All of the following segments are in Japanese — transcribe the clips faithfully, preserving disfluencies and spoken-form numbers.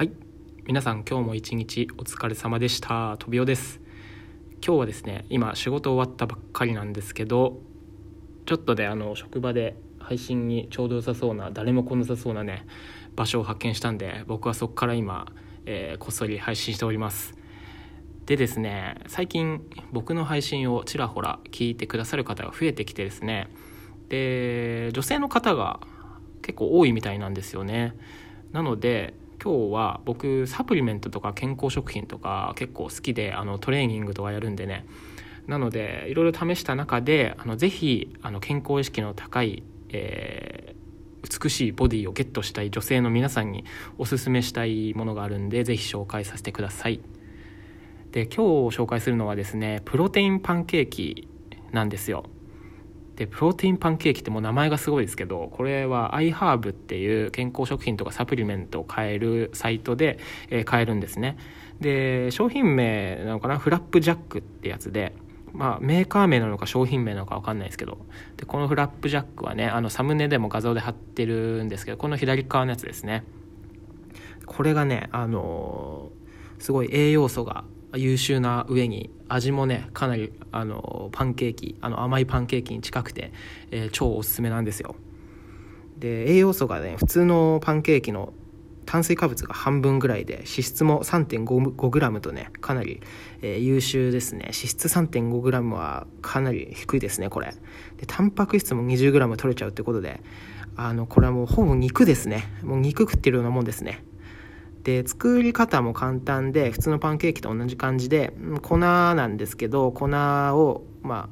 はい、皆さん今日も一日お疲れ様でした。とびおです。今日はですね、今仕事終わったばっかりなんですけど、ちょっとであの職場で配信にちょうど良さそうな、誰も来なさそうなね場所を発見したんで、僕はそこから今、えー、こっそり配信しております。でですね、最近僕の配信をちらほら聞いてくださる方が増えてきてですね、で女性の方が結構多いみたいなんですよね。なので今日は僕サプリメントとか健康食品とか結構好きで、あのトレーニングとかやるんでね、なのでいろいろ試した中であのぜひあの健康意識の高い、えー、美しいボディをゲットしたい女性の皆さんにおすすめしたいものがあるんで、ぜひ紹介させてください。で今日紹介するのはですね、プロテインパンケーキなんですよ。でプロテインパンケーキってもう名前がすごいですけど、これは iHerb っていう健康食品とかサプリメントを買えるサイトで、えー、買えるんですね。で商品名なのかな、フラップジャックってやつで、まあ、メーカー名なのか商品名なのか分かんないですけど、でこのフラップジャックはね、あのサムネでも画像で貼ってるんですけど、この左側のやつですね。これがね、あのー、すごい栄養素が優秀な上に味もねかなりあのパンケーキあの甘いパンケーキに近くて、えー、超おすすめなんですよ。で栄養素がね普通のパンケーキの炭水化物が半分ぐらいで、脂質も さんてんごグラム とねかなり、えー、優秀ですね。脂質 さんてんごグラム はかなり低いですね。これでタンパク質も にじゅうグラム 取れちゃうってことで、あのこれはもうほぼ肉ですね。もう肉食ってるようなもんですね。で作り方も簡単で、普通のパンケーキと同じ感じで粉なんですけど、粉を、まあ、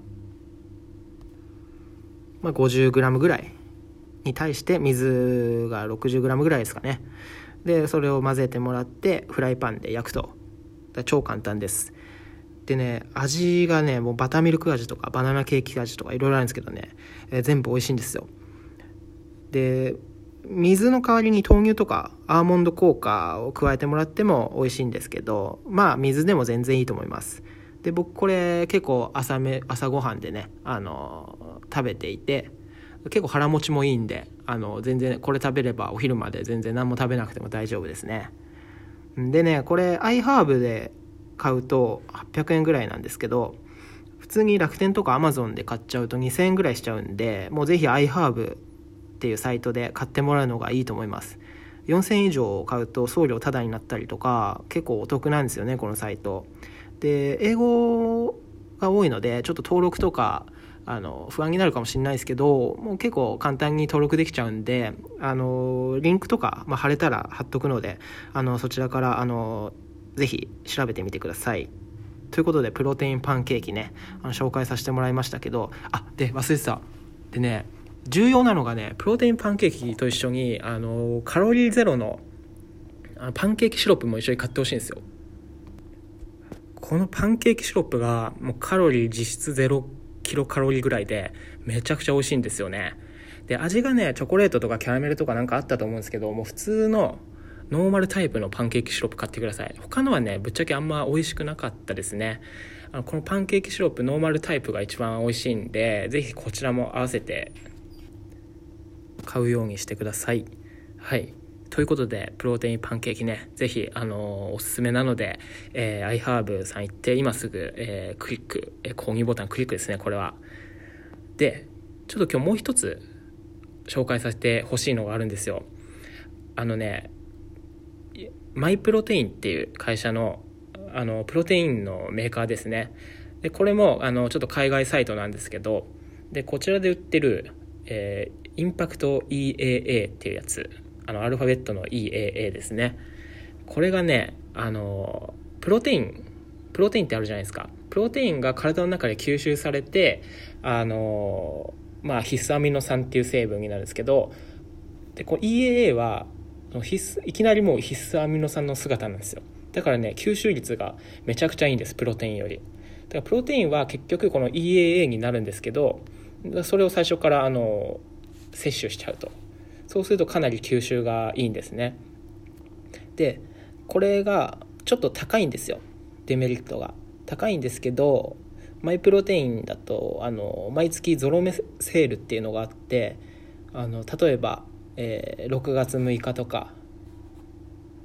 まあ ごじゅうグラム ぐらいに対して水が ろくじゅうグラム ぐらいですかね。でそれを混ぜてもらってフライパンで焼くと。超簡単です。でね、味がねもうバターミルク味とかバナナケーキ味とかいろいろあるんですけどね、えー、全部美味しいんですよ。で水の代わりに豆乳とかアーモンド効果を加えてもらっても美味しいんですけど、まあ水でも全然いいと思います。で僕これ結構朝め朝ごはんでね、あの食べていて、結構腹持ちもいいんで、あの全然これ食べればお昼まで全然何も食べなくても大丈夫ですね。でね、これ iHerb で買うとはっぴゃくえんぐらいなんですけど、普通に楽天とか Amazon で買っちゃうとにせんえんぐらいしちゃうんで、もうぜひ iHerbっていうサイトで買ってもらうのがいいと思います。よんせんえん以上買うと送料タダになったりとか、結構お得なんですよねこのサイトで。英語が多いのでちょっと登録とかあの不安になるかもしれないですけど、もう結構簡単に登録できちゃうんで、あのリンクとか、まあ、貼れたら貼っとくので、あのそちらからあのぜひ調べてみてください。ということでプロテインパンケーキね、あの紹介させてもらいましたけど、あで忘れてた。でね、重要なのがね、プロテインパンケーキと一緒にあのカロリーゼロのあのパンケーキシロップも一緒に買ってほしいんですよ。このパンケーキシロップがもうカロリー実質ゼロキロカロリーぐらいでめちゃくちゃ美味しいんですよね。で味がねチョコレートとかキャラメルとかなんかあったと思うんですけど、もう普通のノーマルタイプのパンケーキシロップ買ってください。他のはねぶっちゃけあんま美味しくなかったですね。あのこのパンケーキシロップノーマルタイプが一番美味しいんで、ぜひこちらも合わせて買うようにしてください。はい、ということでプロテインパンケーキね、ぜひあのー、おすすめなので、えー、iHerb さん行って今すぐ、えー、クリック、えー、購入ボタンクリックですね。これはでちょっと今日もう一つ紹介させてほしいのがあるんですよ。あのねマイプロテインっていう会社のあのプロテインのメーカーですね。でこれもあのちょっと海外サイトなんですけど、でこちらで売ってる、えー、インパクト イーエーエー っていうやつ、あのアルファベットの イーエーエー ですね。これがね、あのプロテインプロテインってあるじゃないですか。プロテインが体の中で吸収されて、あのまあ必須アミノ酸っていう成分になるんですけど、でこの イーエーエー は必須いきなりもう必須アミノ酸の姿なんですよ。だからね吸収率がめちゃくちゃいいんです、プロテインより。だからプロテインは結局この イーエーエー になるんですけど、それを最初からあの摂取しちゃうと、そうするとかなり吸収がいいんですね。でこれがちょっと高いんですよ、デメリットが高いんですけど、マイプロテインだとあの毎月ゾロ目セールっていうのがあって、あの例えば、えー、ろくがつむいかとか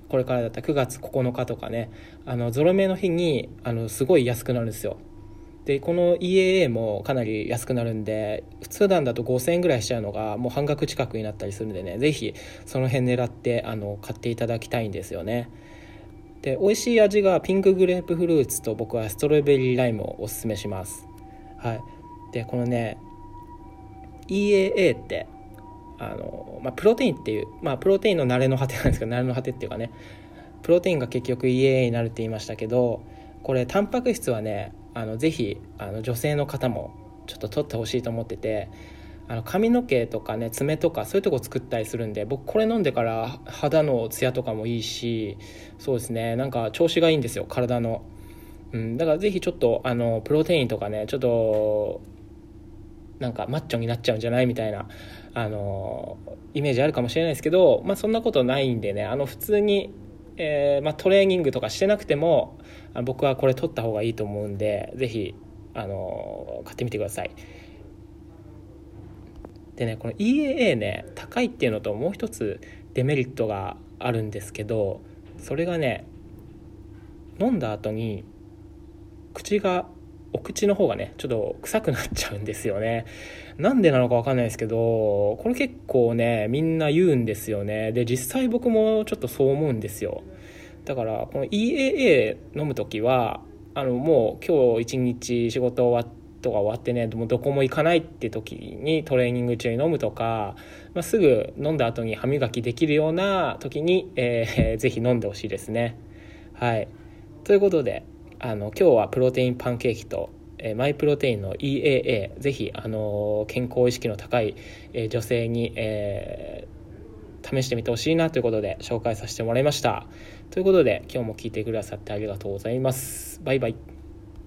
これからだったらくがつここのかとかね、あのゾロ目の日にあのすごい安くなるんですよ。でこの イーエーエー もかなり安くなるんで、普通段だとごせんえんぐらいしちゃうのがもう半額近くになったりするんでね、ぜひその辺狙ってあの買っていただきたいんですよね。で美味しい味がピンクグレープフルーツと僕はストロベリーライムをおすすめします。はい、でこのね イーエーエー ってあの、まあ、プロテインっていう、まあ、プロテインの慣れの果てなんですけど、慣れの果てっていうかね、プロテインが結局 イーエーエー になるって言いましたけど、これタンパク質はね、あのぜひあの女性の方もちょっと取ってほしいと思ってて、あの髪の毛とかね、爪とかそういうとこ作ったりするんで、僕これ飲んでから肌のツヤとかもいいし、そうですね、なんか調子がいいんですよ、体の。うん、だからぜひちょっとあのプロテインとかね、ちょっとなんかマッチョになっちゃうんじゃないみたいなあのイメージあるかもしれないですけど、まあ、そんなことないんでね、あの普通に、えーまあ、トレーニングとかしてなくてもあの僕はこれ取った方がいいと思うんで、ぜひあの買ってみてください。でね、この イーエーエー ね、高いっていうのともう一つデメリットがあるんですけど、それがね、飲んだ後に口がお口の方がねちょっと臭くなっちゃうんですよね。なんでなのか分かんないですけど、これ結構ねみんな言うんですよね。で実際僕もちょっとそう思うんですよ。だからこの イーエーエー 飲むときはあのもう今日一日仕事終わとか終わってね、もうどこも行かないって時にトレーニング中に飲むとか、まあ、すぐ飲んだ後に歯磨きできるような時に、えー、ぜひ飲んでほしいですね。はい、ということであの今日はプロテインパンケーキと、えー、マイプロテインの イーエーエー、 ぜひ、あのー、健康意識の高い、えー、女性に、えー、試してみてほしいなということで紹介させてもらいました。ということで今日も聞いてくださってありがとうございます。バイバイ。